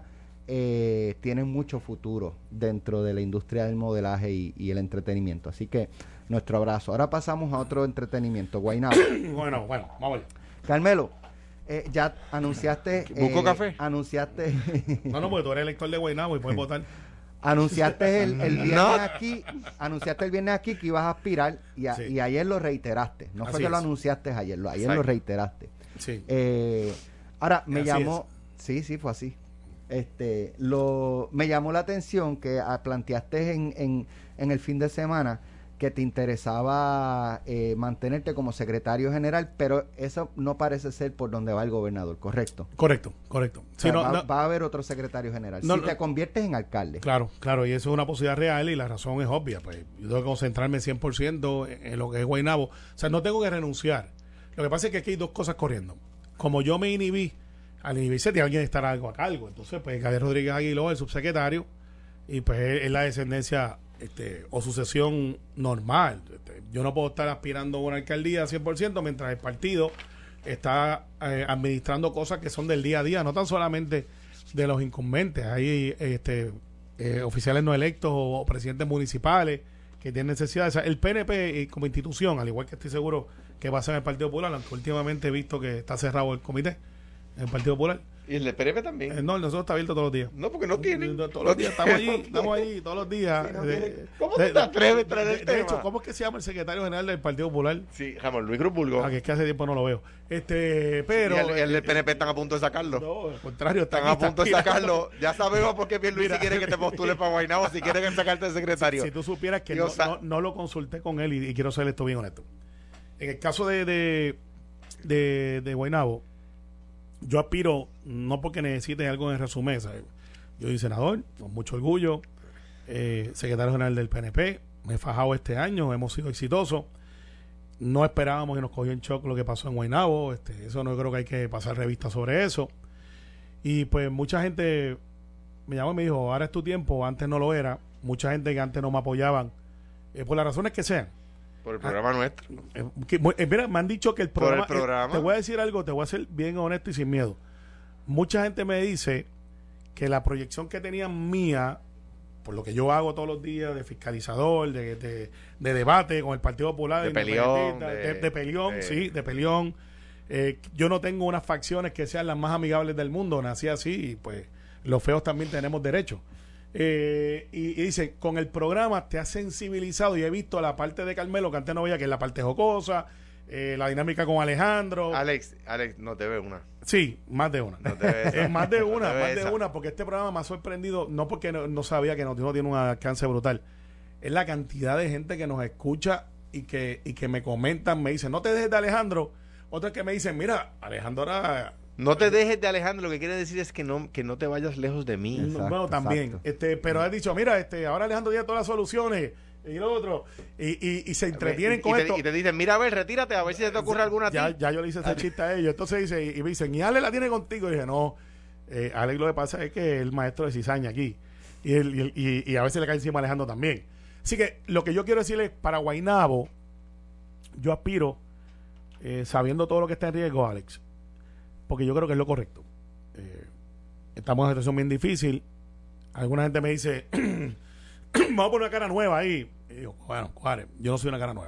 eh, tienen mucho futuro dentro de la industria del modelaje y, y el entretenimiento. Así que nuestro abrazo. Ahora pasamos a otro entretenimiento. Guaynabo. Bueno, bueno, vamos allá. Carmelo, eh, ya anunciaste... ¿Busco eh, café? Anunciaste... No, no, porque tú eres elector de Guaynabo y puedes votar. Anunciaste el, el viernes No. aquí, anunciaste el viernes aquí que ibas a aspirar y, a- Sí. y ayer lo reiteraste. No fue Así que lo es. anunciaste ayer, lo, ayer Exacto. lo reiteraste. Sí. Eh, ahora me Así llamó, sí, sí, fue así. Este, lo, me llamó la atención que ah, planteaste en, en, en el fin de semana que te interesaba eh, mantenerte como secretario general, pero eso no parece ser por donde va el gobernador, ¿correcto? Correcto, correcto. O Sí, sea, no, va, no, va a haber otro secretario general. No, si no. te conviertes en alcalde. Claro, claro, y eso es una posibilidad real y la razón es obvia. Pues yo tengo que concentrarme cien por ciento en, en lo que es Guaynabo. O sea, no tengo que renunciar. Lo que pasa es que aquí hay dos cosas corriendo. Como yo me inhibí, al inhibirse tiene alguien que estar algo a cargo. Entonces, pues Gabriel Rodríguez Aguiló, el subsecretario, y pues es, es la descendencia este, o sucesión normal. Este, yo no puedo estar aspirando a una alcaldía cien por ciento mientras el partido está eh, administrando cosas que son del día a día, no tan solamente de los incumbentes. Hay este, eh, oficiales no electos o, o presidentes municipales que tienen necesidades. O sea, el P N P eh, como institución, al igual que estoy seguro que va a ser el Partido Popular, aunque últimamente he visto que está cerrado el comité en el Partido Popular, Y el del P N P también. Eh, no, el nosotros está abierto todos los días. No, porque no tienen. Todos los días estamos allí, estamos allí todos los días. Sí, no de, tienen. ¿Cómo de, tú te atreves a traer de, el de tema? hecho, ¿cómo es que se llama el secretario general del Partido Popular? Sí, Ramón Luis Cruz Burgos. Ah, que es que hace tiempo no lo veo. Este, pero... Y el, el del P N P están a punto de sacarlo. No, al contrario, Están aquí, a punto de está aquí. sacarlo. Ya sabemos por qué Pierluisi Mira. quiere que te postules para Guaynabo si quieren sacarte de secretario. Si tú supieras que no, Dios sa- no, no lo consulté con él y, y quiero ser esto bien honesto. En el caso de de, de, de Guaynabo, yo aspiro, no porque necesite algo en resumen, ¿sabes? Yo soy senador, con mucho orgullo, eh, secretario general del P N P, me he fajado este año, hemos sido exitosos. No esperábamos que nos cogió en shock lo que pasó en Guaynabo, este, eso no creo que hay que pasar revista sobre eso. Y pues mucha gente me llamó y me dijo, ahora es tu tiempo, antes no lo era. Mucha gente que antes no me apoyaban, eh, por las razones que sean. Por el programa nuestro. Eh, que, eh, mira, me han dicho que el Por el programa, eh, programa. te voy a decir algo, te voy a ser bien honesto y sin miedo. Mucha gente me dice que la proyección que tenían mía, por lo que yo hago todos los días de fiscalizador, de, de, de debate con el Partido Popular, De peleón, independentista, de- de, de peleón, de- sí, de peleón. Eh, yo no tengo unas facciones que sean las más amigables del mundo, nací así y pues los feos también tenemos derecho. Eh, y, y dice, con el programa te has sensibilizado y he visto la parte de Carmelo que antes no veía, que es la parte jocosa, eh, la dinámica con Alejandro. Alex, Alex, no te ve una. Sí, más de una. No te ve esa. Es más de No una, te ve más de esa. una, porque este programa me ha sorprendido, no porque no, no sabía que Noti uno tiene un alcance brutal, es la cantidad de gente que nos escucha y que, y que me comentan, me dicen, no te dejes de Alejandro. Otros que me dicen, mira, Alejandro era... No te dejes de Alejandro, lo que quiere decir es que no, que no te vayas lejos de mí. Exacto, bueno, también. exacto. Este, pero has dicho, mira, este, ahora Alejandro tiene todas las soluciones y lo otro. Y, y, y se entretienen y, con y te, esto. y te dicen, mira, a ver, retírate, a ver si se te ocurre alguna a ti. ya, ya yo le hice ese chiste a ellos. Entonces dice, y, y me dicen, ¿y Ale la tiene contigo? Y dije, no, eh, Ale lo que pasa es que es el maestro de cizaña aquí. Y, él, y, él- y, y a veces le cae encima a Alejandro también. Así que lo que yo quiero decirle para Guaynabo, yo aspiro, eh, sabiendo todo lo que está en riesgo, Alex, porque yo creo que es lo correcto. Eh, estamos en una situación bien difícil. Alguna gente me dice, vamos a poner una cara nueva ahí. Y digo, bueno, cuare, yo no soy una cara nueva.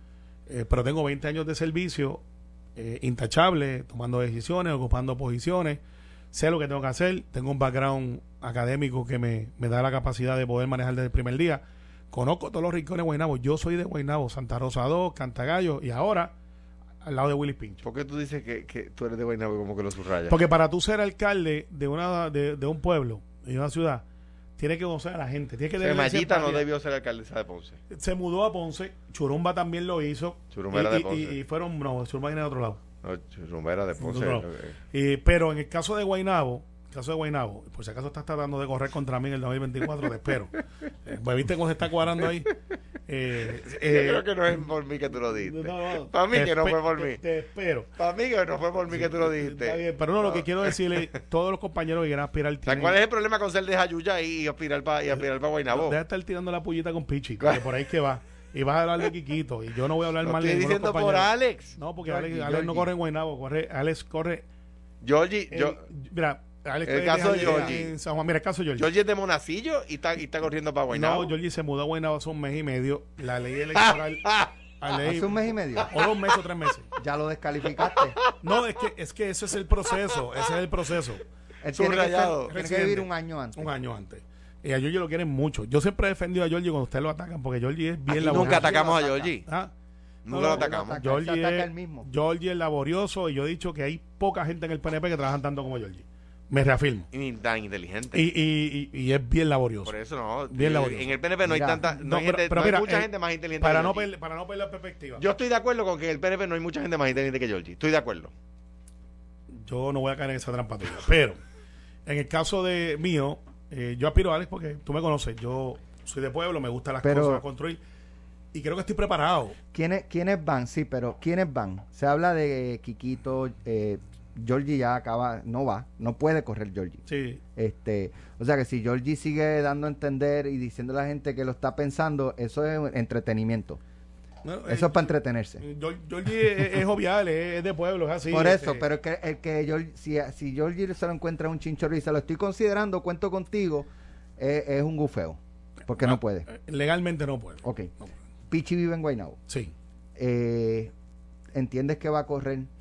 Eh, pero tengo veinte años de servicio eh, intachable, tomando decisiones, ocupando posiciones. Sé lo que tengo que hacer. Tengo un background académico que me, me da la capacidad de poder manejar desde el primer día. Conozco todos los rincones de Guaynabo. Yo soy de Guaynabo, Santa Rosa dos, Cantagallo y ahora al lado de Willy Pincho. ¿Por qué tú dices que, que tú eres de Guaynabo y como que lo subrayas? Porque para tú ser alcalde de una de, de un pueblo, de una ciudad, tienes que conocer a la gente. Tienes que O sea, tener Mayita no simpatía. debió ser alcaldesa de Ponce. Se mudó a Ponce, Churumba también lo hizo. Churumba y, era de y- Ponce. y- y fueron, no, Churumba viene de otro lado. No, Churumba era de Ponce. No, no. Eh, Y, pero en el caso de Guaynabo, el caso de Guaynabo, por si acaso estás tratando de correr contra mí en el dos mil veinticuatro, te espero. Eh, pues viste cómo se está cuadrando ahí. Eh, eh, Yo creo que no es por mí que tú lo no, diste. no, Para mí te que no espe- fue por te- mí. Te espero. Para mí que no fue por mí que tú lo Está dijiste. bien, pero no, lo que quiero decirle, todos los compañeros que quieran aspirar O sea, tienen- ¿cuál es el problema con ser de Jayuya y aspirar para y aspirar para Guaynabo? deja de estar tirando la pullita con Pichi, que por ahí es que va. Y vas a hablar de Quiquito. Y yo no voy a hablar Lo mal de estoy ninguno de los diciendo por compañeros. Alex. No, porque Georgie, Alex, Alex no Georgie. corre en Guaynabo, corre, Alex corre. Georgie, en- yo, mira, Alex el corre caso de en- Georgie. en San Juan. Mira, el caso de Georgie. Georgie es de Monacillo y está, y está corriendo para Guaynabo. No, Georgie se mudó a Guaynabo hace un mes y medio. La ley electoral. la ley- Hace un mes y medio. O dos meses o tres meses. Ya lo descalificaste. No, es que, es que ese es el proceso. Ese es el proceso. Él tiene que, Subrayado. ser- tiene que Residente. vivir un año antes. Un año antes. Y a Georgie lo quieren mucho. Yo siempre he defendido a Georgie cuando ustedes lo atacan, porque Georgie es bien Aquí laborioso. nunca atacamos a Ataca. Georgie. Ah, Nunca no, lo no, atacamos. ataca. Georgie Se ataca es, él mismo. Georgie es laborioso y yo he dicho que hay poca gente en el P N P que trabajan tanto como Georgie. Me reafirmo. Y tan inteligente. Y, y, y, y es bien laborioso. Por eso no. Bien eh, laborioso. En el P N P no Mira, hay tanta. No, no, hay, pero- gente- pero no hay mira, mucha eh, gente más inteligente Para que no, Georgie. per- para no perder la perspectiva. Yo estoy de acuerdo con que en el P N P no hay mucha gente más inteligente que Georgie. Estoy de acuerdo. Yo no voy a caer en esa trampa tuya. Pero, en el caso de mío, eh, yo aspiro a Alex porque tú me conoces. Yo soy de pueblo, me gustan las Pero- cosas a construir. Y creo que estoy preparado. ¿Quiénes, ¿Quiénes van? Sí, pero ¿quiénes van? Se habla de Quiquito, eh, Georgie ya acaba, no va, no puede correr Georgie. Sí. Este, o sea que si Georgie sigue dando a entender y diciendo a la gente que lo está pensando, eso es entretenimiento. No, Eso eh, es para entretenerse. Geor- Georgie es, es jovial, es, es de pueblo, es así. Por este, eso, pero es que, el que Georgie- si, si Georgie se lo encuentra un chinchorro y se lo estoy considerando, cuento contigo, eh, es un gufeo. Porque no puede. eh, Legalmente no puede. Ok. No puede. Pichi vive en Guaynabo. Sí. Eh, ¿Entiendes que va a correr?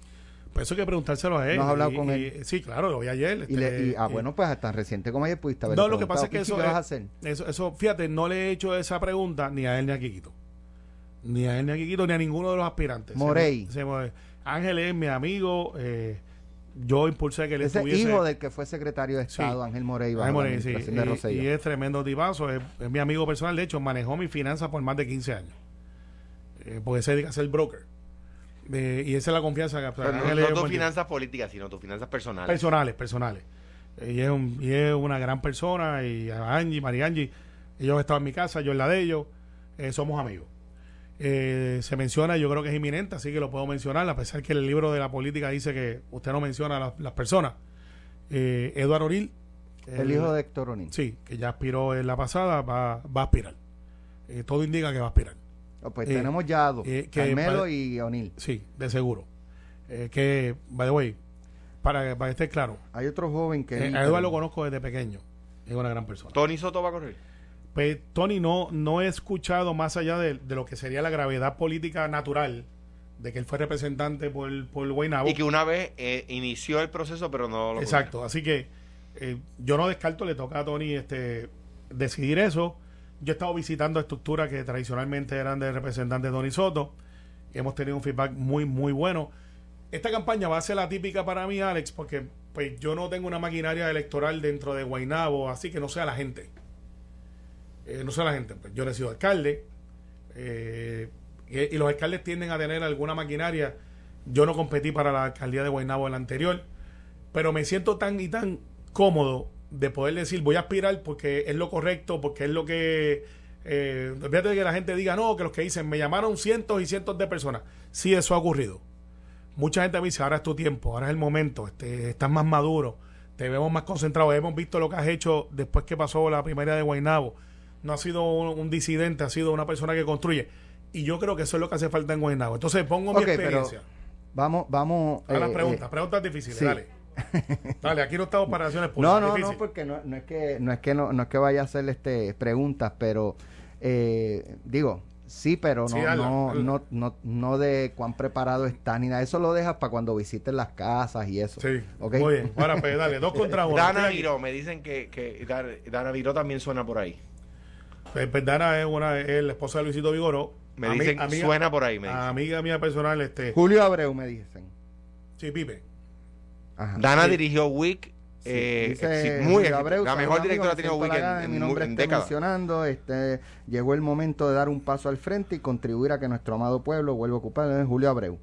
Pues eso hay que preguntárselo a él. ¿No has hablado y, con y, él? Sí, claro, lo vi ayer. Y, le, y este, ah, eh, bueno, pues tan reciente como ayer pudiste haber No, lo que pasa es que preguntado, eso, ¿qué vas a es- hacer? eso, eso, fíjate, no le he hecho esa pregunta ni a él ni a Quiquito. Ni a él ni a Quiquito, ni a ninguno de los aspirantes. Morey. Se- se- Ángel es mi amigo. Eh, yo impulsé que él Ese estuviese. hijo del que fue secretario de Sí. Estado, Ángel Morey, bajo Ángel la Morey, sí, administración de y- Rosselló. y, es tremendo tipazo. Es, es mi amigo personal. De hecho, manejó mi finanzas por más de quince años. Eh, porque se dedica a ser broker. Eh, y esa es la confianza que Pero no, Ángel no es tus buen tipo. finanzas políticas, sino tus finanzas personales. Personales, personales. Eh, y, es un- y es una gran persona. Y a Angie, María Angie, ellos estaban en mi casa, yo en la de ellos. Eh, somos amigos. Eh, se menciona, yo creo que es inminente, así que lo puedo mencionar, a pesar que el libro de la política dice que usted no menciona a las, las personas. Eh, Eduardo Oril. El hijo de Héctor O'Neill. Sí, que ya aspiró en la pasada, va, va a aspirar. Eh, todo indica que va a aspirar. Oh, pues eh, tenemos ya a dos, eh, que Carmelo pare- y O'Neill. Sí, de seguro. Eh, que, by the way, para, para que esté claro, Hay otro joven que... eh, a Eduardo lo conozco desde pequeño. Es una gran persona. Tony Soto va a correr. Pues, Tony, no, no he escuchado más allá de, de lo que sería la gravedad política natural de que él fue representante por, por Guaynabo. Y que una vez eh, inició el proceso, pero no lo Exacto, así que eh, yo no descarto, le toca a Tony este decidir eso. Yo he estado visitando estructuras que tradicionalmente eran de representantes de Tony Soto. Hemos tenido un feedback muy, muy bueno. Esta campaña va a ser la típica para mí, Alex, porque pues yo no tengo una maquinaria electoral dentro de Guaynabo, así que no sea la gente. Eh, no sea la gente. Pues yo no he sido alcalde. Eh, y, y los alcaldes tienden a tener alguna maquinaria. Yo no competí para la alcaldía de Guaynabo en la anterior, pero me siento tan y tan cómodo de poder decir voy a aspirar porque es lo correcto, porque es lo que eh, olvídate de que la gente diga no, que los que dicen me llamaron cientos y cientos de personas. Sí, eso ha ocurrido. Mucha gente me dice ahora es tu tiempo, ahora es el momento, este, estás más maduro, te vemos más concentrado, hemos visto lo que has hecho después que pasó la primaria de Guaynabo. No ha sido un, un disidente, ha sido una persona que construye, y yo creo que eso es lo que hace falta en Guaynabo. Entonces pongo mi Ok, pero experiencia Vamos, vamos... a las eh, preguntas, eh, preguntas difíciles, sí. dale. Dale, aquí no estamos para acciones No, públicas. no, difícil. no, porque no, no es que no es que no, no es que vaya a hacer este preguntas, pero eh, digo, sí, pero no, Sí, hazla, no, hazla. no, no, no de cuán preparado está ni nada. Eso lo dejas para cuando visites las casas y eso. Sí, ¿ok? muy bien. Ahora, pues dale, dos contra uno. Dana Estoy aquí. Viró, me dicen que, que Dar- Dana Viró también suena por ahí. Pues, pues Dana es una es la esposa de Luisito Vigoró. Me Ami- dicen, amiga- suena por ahí, me dicen. Amiga mía personal, este. Julio Abreu me dicen. Sí, Pipe. Ajá. Dana sí. dirigió W I C, Sí, eh, dice exi- muy Julio Abreu, la saludos, mejor amigos, directora ha me tenido siento W I C halagada de en, mi en, nombre en esté décadas. mencionando, este, llegó el momento de dar un paso al frente y contribuir a que nuestro amado pueblo vuelva a ocupar. Es Julio Abreu.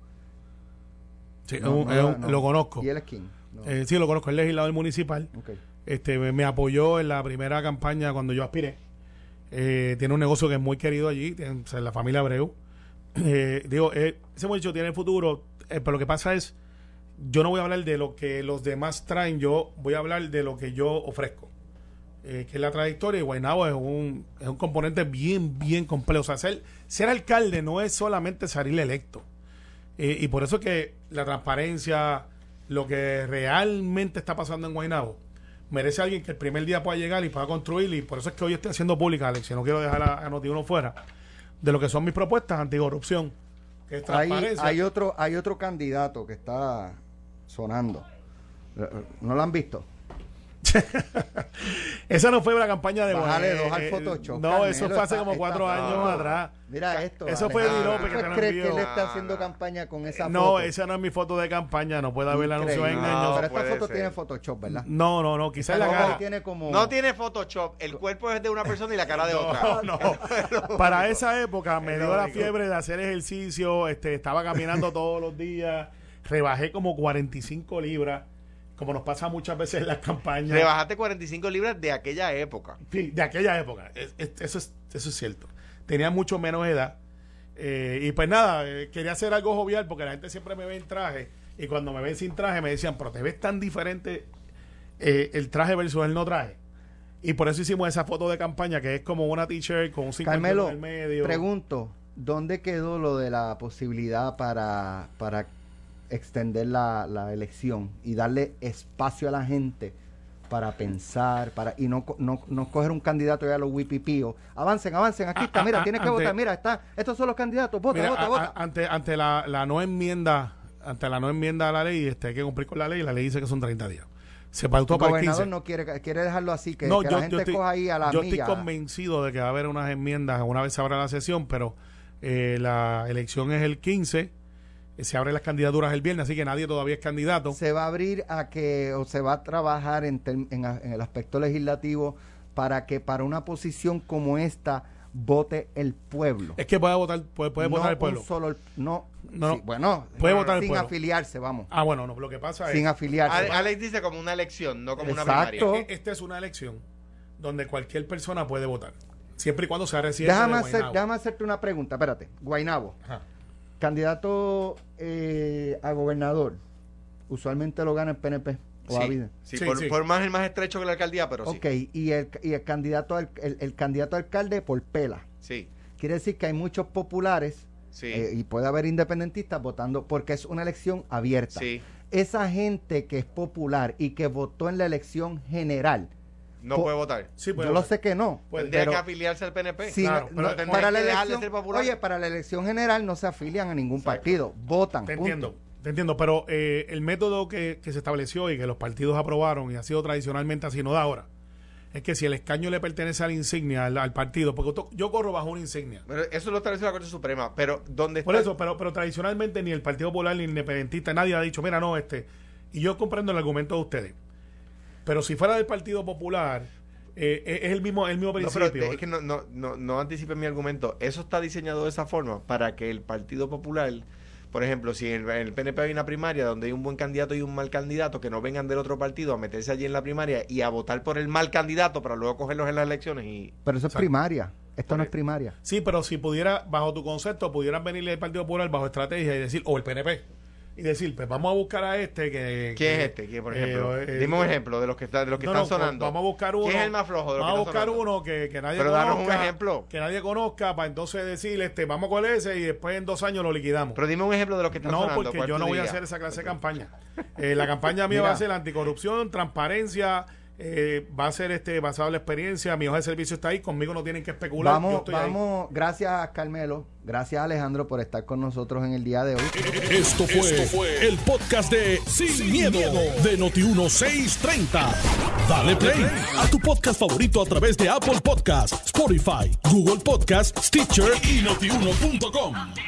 Sí, No, es un- no, es un- no. lo conozco. ¿Y él es quién? No. Eh, sí, lo conozco, el legislador municipal. Ok. Este, me, me apoyó en la primera campaña cuando yo aspiré. Eh, tiene un negocio que es muy querido allí, tiene- o sea, la familia Abreu. Eh, digo, eh, ese muchacho tiene futuro, eh, pero lo que pasa es, yo no voy a hablar de lo que los demás traen, yo voy a hablar de lo que yo ofrezco, eh, que es la trayectoria. Y Guaynabo es un, es un componente bien, bien complejo. O sea, ser, ser alcalde no es solamente salir electo. Eh, y por eso es que la transparencia, lo que realmente está pasando en Guaynabo, merece a alguien que el primer día pueda llegar y pueda construir. Y por eso es que hoy estoy haciendo pública, Alex, y no quiero dejar a, a Noti uno fuera, de lo que son mis propuestas anticorrupción, que es Hay, transparencia. hay otro hay otro candidato que está sonando. ¿No lo han visto? Esa no fue una campaña de Bájale Guay- dos al eh, Photoshop. No, Carmelo, eso fue hace está- como está cuatro feo. años atrás. Mira esto. Eso fue Alejandro. Eddie López que ¿Tú te lo crees que envió? él está haciendo campaña con esa No, foto? esa no es mi foto de campaña, no puede haber anuncio Increíble. engañoso. Pero esta puede foto ser. tiene Photoshop, ¿verdad? No, no, no, quizás Esta la foto cara. tiene como... No tiene Photoshop, el cuerpo es de una persona y la cara de otra. No, no. Para esa época me Es dio lo la único. fiebre de hacer ejercicio, este, estaba caminando todos los días, rebajé como cuarenta y cinco libras, como nos pasa muchas veces en las campañas. Rebajaste cuarenta y cinco libras de aquella época. Sí, de aquella época, es- es- eso, es, eso es cierto. Tenía mucho menos edad. Eh, y pues nada, eh, quería hacer algo jovial porque la gente siempre me ve en traje y cuando me ven sin traje me decían, pero te ves tan diferente eh, el traje versus el no traje. Y por eso hicimos esa foto de campaña que es como una t-shirt con un cincuenta Carmelo, en el medio. pregunto, ¿dónde quedó lo de la posibilidad para, para extender la, la elección y darle espacio a la gente para pensar para y no, co- no, no coger un candidato ya a los wipipíos? Avancen, avancen, aquí Ah, está, mira, ah, tienes ah, que ante- votar, mira, está, estos son los candidatos, vota, Mira, vota, a- vota. a- ante, ante la, la no enmienda ante la no enmienda a la ley, este, hay que cumplir con la ley y la ley dice que son treinta días. Se pautó el para el gobernador quince. no quiere, quiere dejarlo así, que, No, que yo, la gente yo estoy, coja ahí a la yo milla. estoy convencido de que va a haber unas enmiendas una vez se abra la sesión, pero eh, la elección es el quince, eh, se abren las candidaturas el viernes, así que nadie todavía es candidato. Se va a abrir a que, o se va a trabajar en, term- en, a- en el aspecto legislativo para que para una posición como esta vote el pueblo. Es que puede votar, puede, puede no votar el pueblo. Un solo, el- no, No, sí, bueno, puede no, votar el sin pueblo. afiliarse, vamos. Ah, bueno, no, lo que pasa Sin es afiliarse. Ale- Alex dice como una elección, no como Exacto. una primaria. que esta es una elección donde cualquier persona puede votar, siempre y cuando sea residente Déjame, de hacer, Guaynabo. déjame hacerte una pregunta, espérate. Guaynabo, Ajá. candidato eh, a gobernador, usualmente lo gana el P N P o Sí, Abiden. sí, Sí, por, sí. por más el más estrecho que la alcaldía, pero sí. Ok, y el, y el candidato al, el, el candidato a alcalde por pela. Sí, Quiere decir que hay muchos populares sí, eh, y puede haber independentistas votando porque es una elección abierta. sí. Esa gente que es popular y que votó en la elección general, No Po- puede votar. Sí, puede yo lo votar. sé que no. Puede. Tendría pero que afiliarse al P N P. si claro, no- pero no, tendría para la que dejar de elección, ser popular. oye, para la elección general no se afilian a ningún Exacto. partido, votan. Te punto. entiendo, te entiendo, pero eh, el método que, que se estableció y que los partidos aprobaron y ha sido tradicionalmente así, no da ahora, es que si el escaño le pertenece a la insignia, al, al partido, porque to- yo corro bajo una insignia. Pero eso lo estableció la Corte Suprema. Pero ¿dónde Por está? eso, pero, pero tradicionalmente ni el Partido Popular ni el Independentista, nadie ha dicho, mira, no, este, y yo comprendo el argumento de ustedes, pero si fuera del Partido Popular, eh, es es el mismo, el mismo No, principio. pero es que no, no, no, no anticipen mi argumento. Eso está diseñado de esa forma para que el Partido Popular, por ejemplo, si en el, en el P N P hay una primaria donde hay un buen candidato y un mal candidato, que no vengan del otro partido a meterse allí en la primaria y a votar por el mal candidato para luego cogerlos en las elecciones. Y Pero eso es Exacto. primaria. Esto no es Correcto. primaria. Sí, pero si pudiera, bajo tu concepto, pudieran venirle del Partido Popular bajo estrategia y decir, o el P N P, y decir, pues vamos a buscar a este que... ¿quién que- es este? ¿Quién, por eh, ejemplo? eh, Dime un ejemplo de los que, está, de los que no, están no, sonando. Vamos a buscar uno. ¿Quién es el más flojo de los Vamos que a están buscar sonando? uno que, que nadie Pero conozca. danos un ejemplo. Que nadie conozca para entonces decirle, este, vamos con ese y después en dos años lo liquidamos. Pero dime un ejemplo de los que están No, sonando. porque ¿cuál yo tú no voy a dirías? hacer esa clase de campaña. Eh, la campaña mía Mira. va a ser anticorrupción, transparencia, eh, va a ser este basado en la experiencia. Mi hoja de servicio está ahí, conmigo no tienen que especular. yo Vamos, estoy ahí. vamos, gracias Carmelo, gracias Alejandro por estar con nosotros en el día de hoy. Esto fue, Esto fue el podcast de Sin, miedo, de Noti uno seiscientos treinta. Dale play a tu podcast favorito a través de Apple Podcasts, Spotify, Google Podcasts, Stitcher y notiuno punto com.